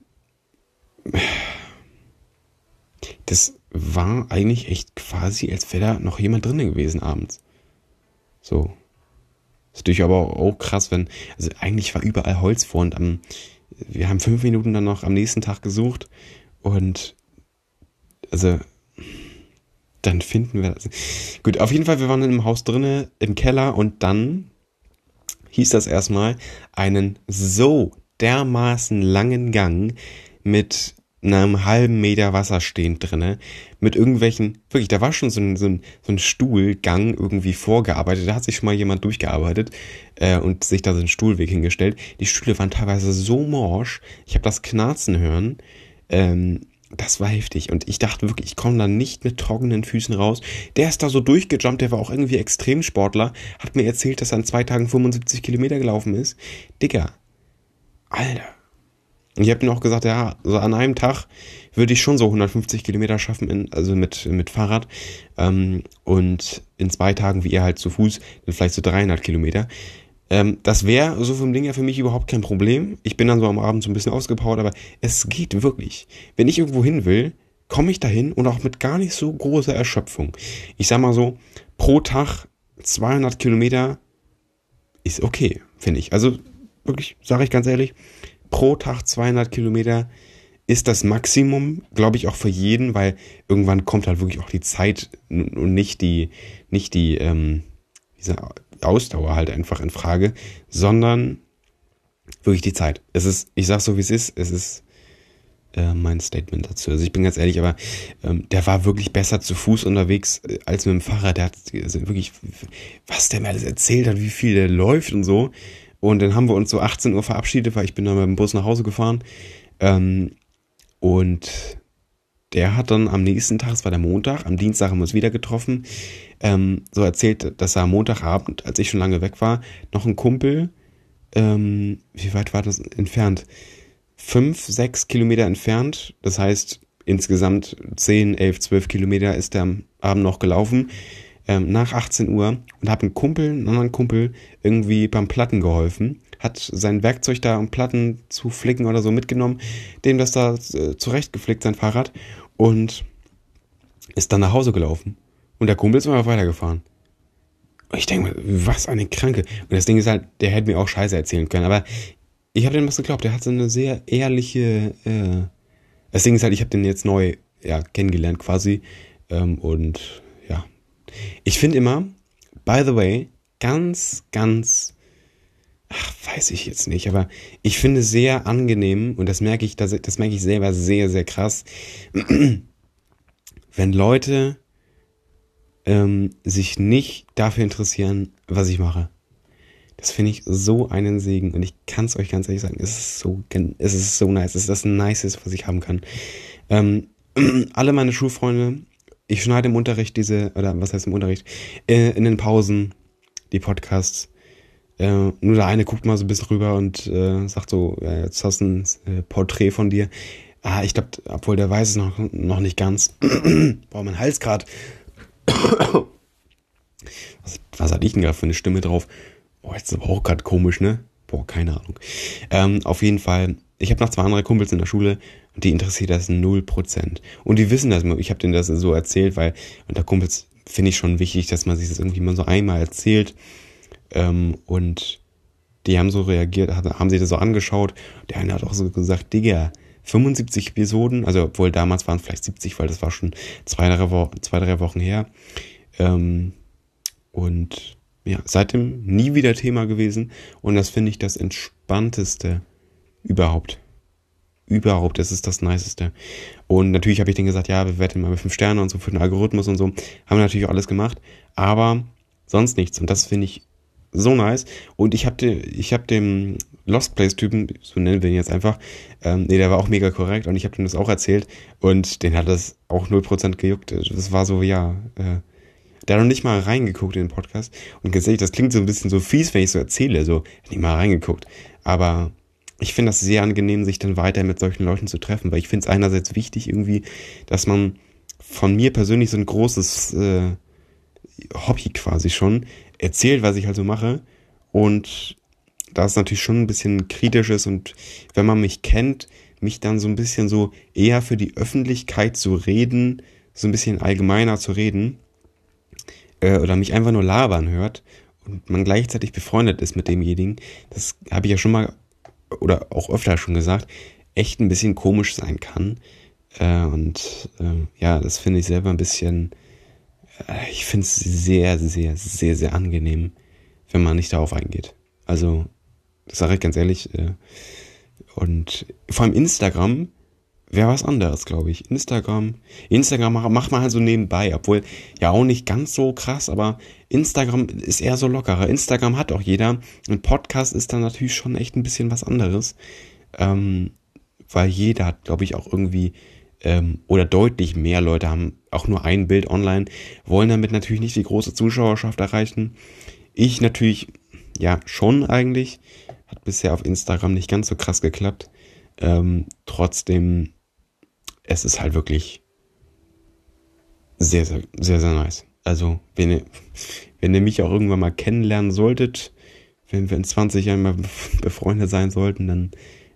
das war eigentlich echt quasi, als wäre da noch jemand drinnen gewesen abends. So. Ist natürlich aber auch krass, also eigentlich war überall Holz vor und wir haben 5 Minuten dann noch am nächsten Tag gesucht und also dann finden wir das. Gut, auf jeden Fall, wir waren in einem Haus drinnen, im Keller und dann hieß das erstmal einen so dermaßen langen Gang mit einem halben Meter Wasser stehend drinne, mit irgendwelchen, wirklich, da war schon so ein Stuhlgang irgendwie vorgearbeitet, da hat sich schon mal jemand durchgearbeitet und sich da so einen Stuhlweg hingestellt. Die Stühle waren teilweise so morsch, ich habe das Knarzen hören, das war heftig und ich dachte wirklich, ich komme da nicht mit trockenen Füßen raus. Der ist da so durchgejumpt, der war auch irgendwie Extremsportler, hat mir erzählt, dass er in 2 Tagen 75 Kilometer gelaufen ist. Digga, Alter. Und ich habe ihm auch gesagt, ja, so an einem Tag würde ich schon so 150 Kilometer schaffen, also mit Fahrrad. Und in 2 Tagen, wie er halt zu Fuß, dann vielleicht so 300 Kilometer. Das wäre so vom Ding her für mich überhaupt kein Problem. Ich bin dann so am Abend so ein bisschen ausgepowert, aber es geht wirklich. Wenn ich irgendwo hin will, komme ich dahin und auch mit gar nicht so großer Erschöpfung. Ich sag mal so, pro Tag 200 Kilometer ist okay, finde ich. Also wirklich, sage ich ganz ehrlich, pro Tag 200 Kilometer ist das Maximum, glaube ich, auch für jeden, weil irgendwann kommt halt wirklich auch die Zeit und nicht diese Ausdauer halt einfach in Frage, sondern wirklich die Zeit. Ich sag's so wie es ist mein Statement dazu. Also ich bin ganz ehrlich, aber der war wirklich besser zu Fuß unterwegs als mit dem Fahrrad. Der hat also wirklich, was der mir alles erzählt hat, wie viel der läuft und so. Und dann haben wir uns so 18 Uhr verabschiedet, weil ich bin dann mit dem Bus nach Hause gefahren. Und der hat dann am nächsten Tag, es war der Montag, am Dienstag haben wir uns wieder getroffen, so erzählt, dass er am Montagabend, als ich schon lange weg war, noch ein Kumpel, wie weit war das entfernt? 5, 6 Kilometer entfernt, das heißt insgesamt 10, 11, 12 Kilometer ist er am Abend noch gelaufen, nach 18 Uhr und habe einen anderen Kumpel irgendwie beim Platten geholfen, hat sein Werkzeug da, um Platten zu flicken oder so mitgenommen, dem das da zurechtgeflickt, sein Fahrrad, und ist dann nach Hause gelaufen. Und der Kumpel ist immer weitergefahren. Und ich denke mir, was eine Kranke. Und das Ding ist halt, der hätte mir auch Scheiße erzählen können, aber ich habe dem was geglaubt. Der hat so eine sehr ehrliche, das Ding ist halt, ich habe den jetzt neu kennengelernt quasi. Und ja. Ich finde immer, by the way, ganz, ganz, weiß ich jetzt nicht, aber ich finde sehr angenehm, und das merke ich selber sehr, sehr krass, wenn Leute sich nicht dafür interessieren, was ich mache. Das finde ich so einen Segen, und ich kann es euch ganz ehrlich sagen, es ist so nice, es ist das Niceste, was ich haben kann. Alle meine Schulfreunde, ich schneide im Unterricht in den Pausen die Podcasts. Nur der eine guckt mal so ein bisschen rüber und sagt so, jetzt hast du ein Porträt von dir. Ich glaube, obwohl der weiß es noch nicht ganz. Boah, mein Hals grad. Was hatte ich denn gerade für eine Stimme drauf? Boah, jetzt ist aber auch gerade komisch, ne? Boah, keine Ahnung. Auf jeden Fall, ich habe noch 2 andere Kumpels in der Schule und die interessiert das 0%. Und die wissen das, ich habe denen das so erzählt, weil unter Kumpels finde ich schon wichtig, dass man sich das irgendwie mal so einmal erzählt. Und die haben so reagiert, haben sich das so angeschaut. Der eine hat auch so gesagt, Digga, 75 Episoden, also obwohl damals waren es vielleicht 70, weil das war schon 2-3 Wochen her. Und ja, seitdem nie wieder Thema gewesen. Und das finde ich das Entspannteste überhaupt. Das ist das Niceste. Und natürlich habe ich denen gesagt, ja, bewerten mal mit 5 Sterne und so für den Algorithmus und so. Haben wir natürlich auch alles gemacht. Aber sonst nichts. Und das finde ich so nice. Und ich hab dem Lost Place-Typen, so nennen wir ihn jetzt einfach, der war auch mega korrekt, und ich habe dem das auch erzählt, und den hat das auch 0% gejuckt. Das war so, der hat noch nicht mal reingeguckt in den Podcast. Und ganz ehrlich, das klingt so ein bisschen so fies, wenn ich so erzähle, so, nicht mal reingeguckt. Aber ich finde das sehr angenehm, sich dann weiter mit solchen Leuten zu treffen, weil ich finde es einerseits wichtig irgendwie, dass man von mir persönlich so ein großes Hobby quasi schon erzählt, was ich halt so mache, und da es natürlich schon ein bisschen kritisch ist, und wenn man mich kennt, mich dann so ein bisschen so eher für die Öffentlichkeit zu reden, so ein bisschen allgemeiner zu reden, oder mich einfach nur labern hört und man gleichzeitig befreundet ist mit demjenigen, das habe ich ja schon mal oder auch öfter schon gesagt, echt ein bisschen komisch sein kann. Das finde ich selber ein bisschen, ich finde es sehr, sehr, sehr, sehr angenehm, wenn man nicht darauf eingeht. Also, das sage ich ganz ehrlich. Und vor allem Instagram wäre was anderes, glaube ich. Instagram macht man halt so nebenbei, obwohl ja auch nicht ganz so krass, aber Instagram ist eher so lockerer. Instagram hat auch jeder. Ein Podcast ist dann natürlich schon echt ein bisschen was anderes, weil jeder hat, glaube ich, auch irgendwie oder deutlich mehr Leute haben auch nur ein Bild online, wollen damit natürlich nicht die große Zuschauerschaft erreichen. Ich natürlich, ja, schon eigentlich. Hat bisher auf Instagram nicht ganz so krass geklappt. Trotzdem, es ist halt wirklich sehr, sehr, sehr, sehr nice. Also, wenn ihr mich auch irgendwann mal kennenlernen solltet, wenn wir in 20 Jahren mal befreundet sein sollten, dann,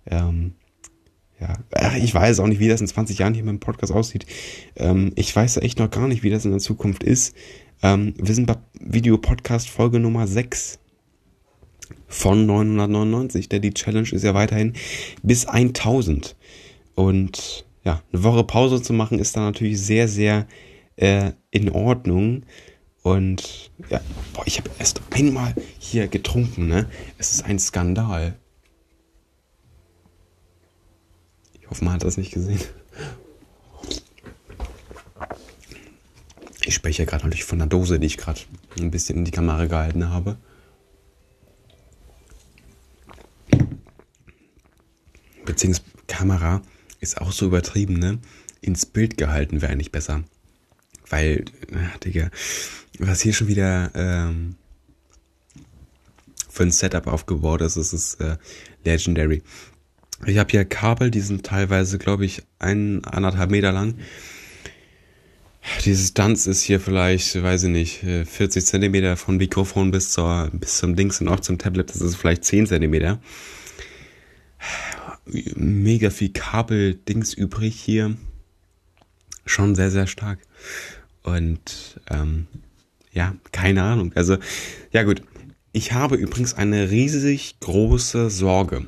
ich weiß auch nicht, wie das in 20 Jahren hier mit dem Podcast aussieht. Ich weiß echt noch gar nicht, wie das in der Zukunft ist. Wir sind bei Videopodcast Folge Nummer 6 von 999. Die Challenge ist ja weiterhin bis 1000. Und ja, eine Woche Pause zu machen ist dann natürlich sehr, sehr in Ordnung. Und ja, ich habe erst einmal hier getrunken, ne? Es ist ein Skandal. Ich hoffe, man hat das nicht gesehen. Ich spreche ja gerade natürlich von der Dose, die ich gerade ein bisschen in die Kamera gehalten habe. Beziehungsweise Kamera ist auch so übertrieben, ne? Ins Bild gehalten wäre eigentlich besser. Weil, Digga, was hier schon wieder für ein Setup aufgebaut ist, ist legendary. Ich habe hier Kabel, die sind teilweise, glaube ich, 1,5 Meter lang. Die Distanz ist hier vielleicht, weiß ich nicht, 40 Zentimeter von Mikrofon bis zum Dings und auch zum Tablet, das ist vielleicht 10 Zentimeter. Mega viel Kabel-Dings übrig hier. Schon sehr, sehr stark. Und ja, keine Ahnung. Also, ja gut. Ich habe übrigens eine riesig große Sorge.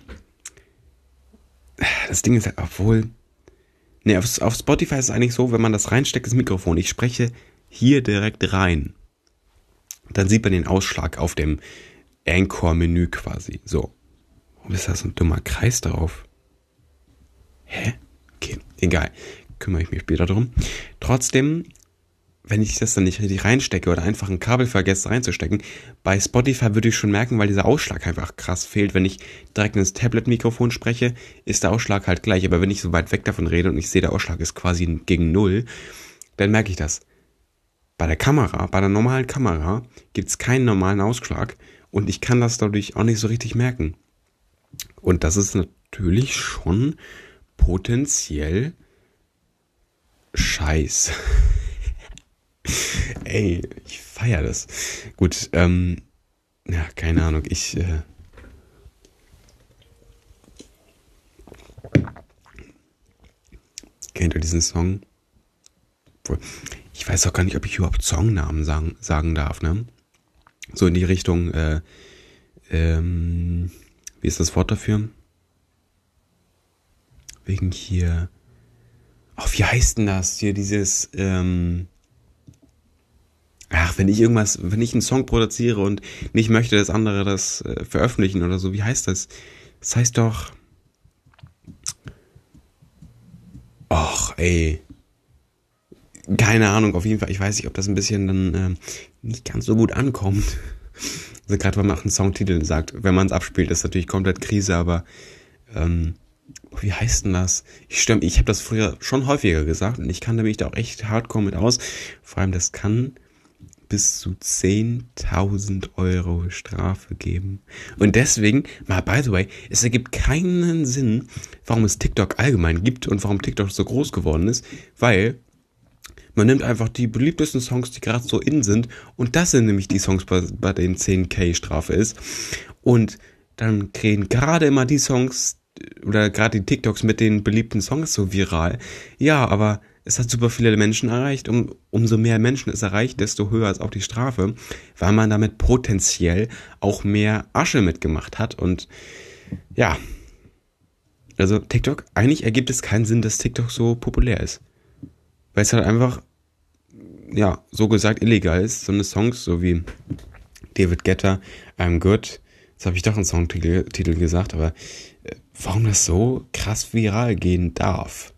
Das Ding ist, obwohl... Ne, auf Spotify ist es eigentlich so, wenn man das reinsteckt, das Mikrofon, ich spreche hier direkt rein. Dann sieht man den Ausschlag auf dem Anchor-Menü quasi. So. Warum ist da so ein dummer Kreis drauf? Hä? Okay, egal. Kümmere ich mich später drum. Trotzdem, wenn ich das dann nicht richtig reinstecke oder einfach ein Kabel vergesse reinzustecken, bei Spotify würde ich schon merken, weil dieser Ausschlag einfach krass fehlt. Wenn ich direkt ins Tablet-Mikrofon spreche, ist der Ausschlag halt gleich. Aber wenn ich so weit weg davon rede und ich sehe, der Ausschlag ist quasi gegen 0, dann merke ich das. Bei der Kamera, bei der normalen Kamera, gibt es keinen normalen Ausschlag und ich kann das dadurch auch nicht so richtig merken. Und das ist natürlich schon potenziell Scheiß. Ey, ich feiere das. Gut, ja, keine Ahnung, kennt ihr diesen Song? Ich weiß auch gar nicht, ob ich überhaupt Songnamen sagen darf, ne? So in die Richtung, wie ist das Wort dafür? Wegen hier, wie heißt denn das? Hier dieses, wenn ich einen Song produziere und nicht möchte, dass andere das veröffentlichen oder so, wie heißt das? Das heißt doch, ey, keine Ahnung, auf jeden Fall, ich weiß nicht, ob das ein bisschen dann nicht ganz so gut ankommt. Also gerade wenn man einen Songtitel sagt, wenn man es abspielt, ist natürlich komplett Krise, aber wie heißt denn das? Ich habe das früher schon häufiger gesagt und ich kann nämlich da auch echt hardcore mit aus. Vor allem, das kann bis zu 10.000 Euro Strafe geben. Und deswegen, mal by the way, es ergibt keinen Sinn, warum es TikTok allgemein gibt und warum TikTok so groß geworden ist, weil man nimmt einfach die beliebtesten Songs, die gerade so in sind, und das sind nämlich die Songs, bei denen 10.000 Strafe ist. Und dann gehen gerade immer die Songs oder gerade die TikToks mit den beliebten Songs so viral. Ja, aber es hat super viele Menschen erreicht. Umso mehr Menschen es erreicht, desto höher ist auch die Strafe, weil man damit potenziell auch mehr Asche mitgemacht hat. Und ja, also TikTok, eigentlich ergibt es keinen Sinn, dass TikTok so populär ist. Weil es halt einfach, ja, so gesagt illegal ist. So eine Songs, so wie David Guetta, I'm Good. Jetzt habe ich doch einen Songtitel gesagt, aber warum das so krass viral gehen darf?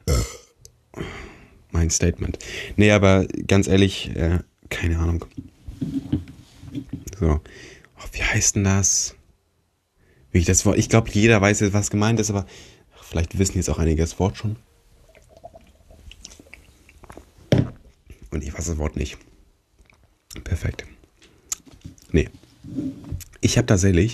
Mein Statement. Nee, aber ganz ehrlich, keine Ahnung. So. Wie heißt denn das? Ich glaube, jeder weiß jetzt, was gemeint ist, aber vielleicht wissen jetzt auch einige das Wort schon. Und ich weiß das Wort nicht. Perfekt. Nee. Ich habe tatsächlich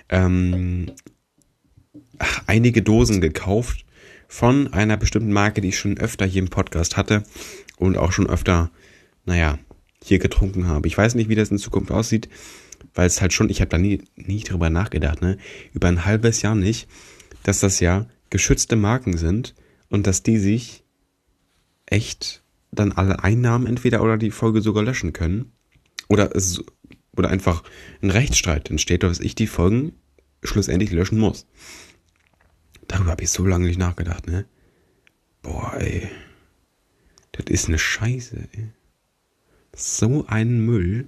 einige Dosen gekauft von einer bestimmten Marke, die ich schon öfter hier im Podcast hatte und auch schon öfter, hier getrunken habe. Ich weiß nicht, wie das in Zukunft aussieht, weil es halt schon, ich habe da nie drüber nachgedacht, ne? Über ein halbes Jahr nicht, dass das ja geschützte Marken sind und dass die sich echt dann alle Einnahmen entweder oder die Folge sogar löschen können oder einfach ein Rechtsstreit entsteht, dass ich die Folgen schlussendlich löschen muss. Darüber habe ich so lange nicht nachgedacht, ne? Boah, ey. Das ist eine Scheiße, ey. So ein Müll.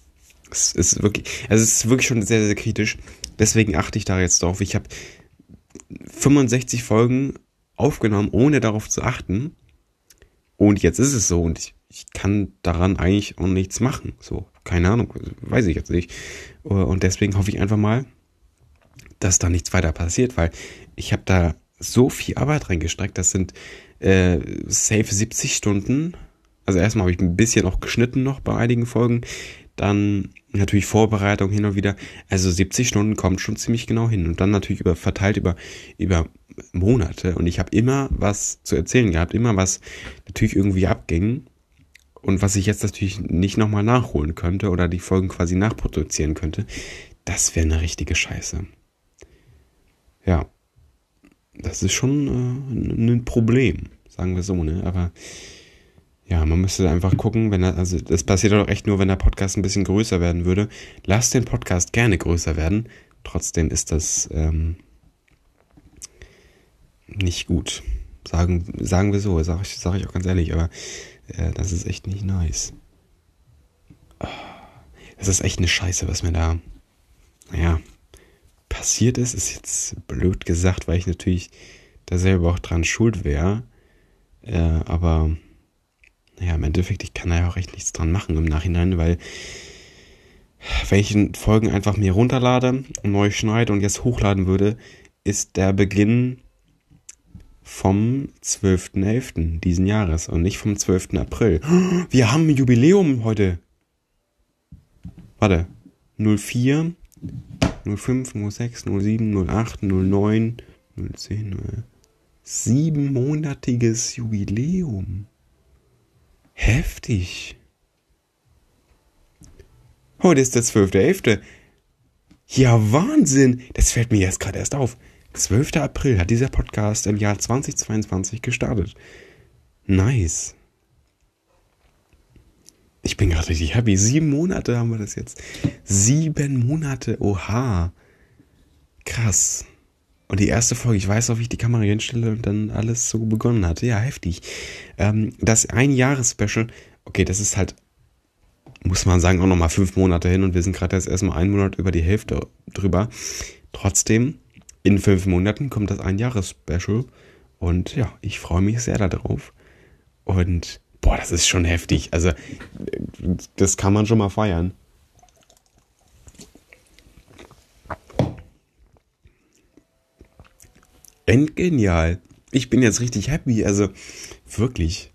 Es ist wirklich schon sehr, sehr kritisch. Deswegen achte ich da jetzt drauf. Ich habe 65 Folgen aufgenommen, ohne darauf zu achten. Und jetzt ist es so und ich kann daran eigentlich auch nichts machen. So, keine Ahnung, weiß ich jetzt nicht. Und deswegen hoffe ich einfach mal, dass da nichts weiter passiert, weil ich habe da so viel Arbeit reingesteckt. Das sind safe 70 Stunden. Also erstmal habe ich ein bisschen auch geschnitten noch bei einigen Folgen. Dann natürlich Vorbereitung hin und wieder. Also 70 Stunden kommt schon ziemlich genau hin. Und dann natürlich verteilt über Monate. Und ich habe immer was zu erzählen gehabt. Immer was natürlich irgendwie abging. Und was ich jetzt natürlich nicht nochmal nachholen könnte oder die Folgen quasi nachproduzieren könnte. Das wäre eine richtige Scheiße. Ja. Das ist schon ein Problem. Sagen wir so, ne? Aber ja, man müsste einfach gucken, also das passiert doch echt nur, wenn der Podcast ein bisschen größer werden würde. Lasst den Podcast gerne größer werden. Trotzdem ist das nicht gut. Sagen wir so, sag ich auch ganz ehrlich, aber das ist echt nicht nice. Das ist echt eine Scheiße, was mir da, passiert ist jetzt blöd gesagt, weil ich natürlich da selber auch dran schuld wäre. Aber im Endeffekt, ich kann da ja auch echt nichts dran machen im Nachhinein, weil wenn ich Folgen einfach mir runterlade und neu schneide und jetzt hochladen würde, ist der Beginn vom 12.11. diesen Jahres und nicht vom 12. April. Wir haben ein Jubiläum heute. Warte. 04, 05, 06, 07, 08, 09, 010, 7-monatiges Jubiläum. Heftig. Heute ist der 12.11. Ja, Wahnsinn. Das fällt mir jetzt gerade erst auf. 12. April hat dieser Podcast im Jahr 2022 gestartet. Nice. Ich bin gerade richtig happy. 7 Monate haben wir das jetzt. 7 Monate. Oha. Krass. Und die erste Folge, ich weiß noch, wie ich die Kamera hinstelle und dann alles so begonnen hatte. Ja, heftig. Das Ein-Jahres-Special, okay, das ist halt, muss man sagen, auch nochmal 5 Monate hin und wir sind gerade erstmal 1 Monat über die Hälfte drüber. Trotzdem, in 5 Monaten kommt das Ein-Jahres-Special und ja, ich freue mich sehr darauf. Und boah, das ist schon heftig. Also, das kann man schon mal feiern. Endgenial. Ich bin jetzt richtig happy. Also, wirklich.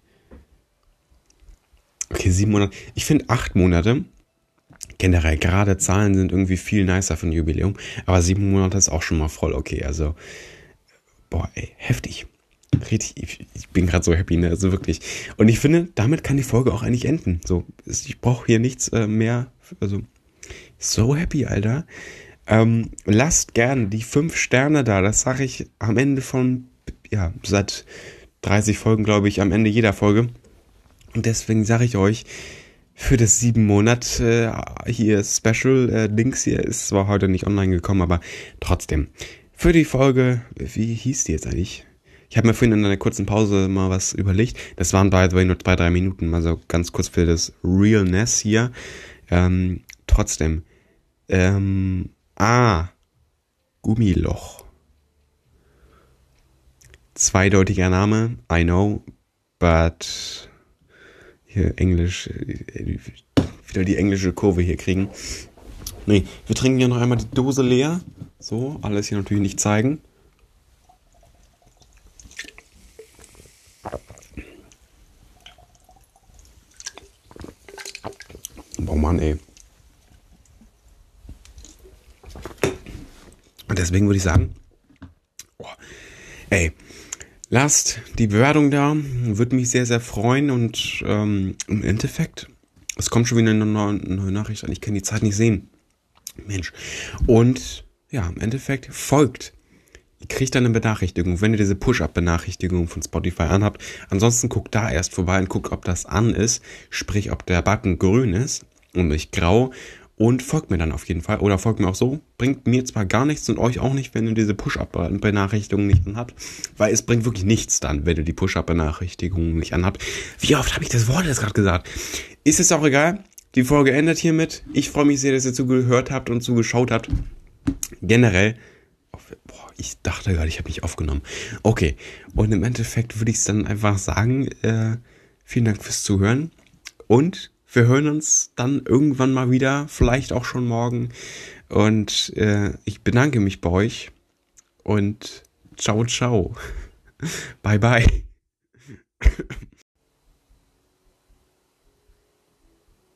Okay, 7 Monate. Ich finde 8 Monate, generell, gerade Zahlen sind irgendwie viel nicer für ein Jubiläum. Aber 7 Monate ist auch schon mal voll okay. Also, boah, ey, heftig. Richtig, ich bin gerade so happy, ne? Also wirklich. Und ich finde, damit kann die Folge auch eigentlich enden. So, ich brauche hier nichts mehr. Also, so happy, Alter. Lasst gerne die 5 Sterne da. Das sage ich am Ende von, seit 30 Folgen, glaube ich, am Ende jeder Folge. Und deswegen sage ich euch, für das 7 Monat hier Special Links hier ist zwar heute nicht online gekommen, aber trotzdem. Für die Folge, wie hieß die jetzt eigentlich? Ich habe mir vorhin in einer kurzen Pause mal was überlegt. Das waren by the way nur 2-3 Minuten, also ganz kurz für das Realness hier. Trotzdem. Gummiloch. Zweideutiger Name, I know, but hier Englisch, wieder die englische Kurve hier kriegen. Nee, wir trinken hier noch einmal die Dose leer. So, alles hier natürlich nicht zeigen. Oh Mann, ey. Und deswegen würde ich sagen, lasst die Bewertung da, würde mich sehr, sehr freuen und im Endeffekt, es kommt schon wieder eine neue Nachricht an, ich kann die Zeit nicht sehen. Mensch. Und ja, im Endeffekt folgt. Ihr kriegt dann eine Benachrichtigung, wenn ihr diese Push-Up-Benachrichtigung von Spotify anhabt. Ansonsten guckt da erst vorbei und guckt, ob das an ist, sprich, ob der Button grün ist und nicht grau. Und folgt mir dann auf jeden Fall. Oder folgt mir auch so. Bringt mir zwar gar nichts und euch auch nicht, wenn ihr diese Push-Up-Benachrichtigung nicht anhabt. Weil es bringt wirklich nichts dann, wenn ihr die Push-Up-Benachrichtigung nicht anhabt. Wie oft habe ich das Wort jetzt gerade gesagt? Ist es auch egal. Die Folge endet hiermit. Ich freue mich sehr, dass ihr zugehört habt und zugeschaut habt. Generell Boah, ich dachte gerade, ich habe nicht aufgenommen. Okay, und im Endeffekt würde ich es dann einfach sagen, vielen Dank fürs Zuhören und wir hören uns dann irgendwann mal wieder, vielleicht auch schon morgen. Und ich bedanke mich bei euch und ciao, ciao. Bye, bye.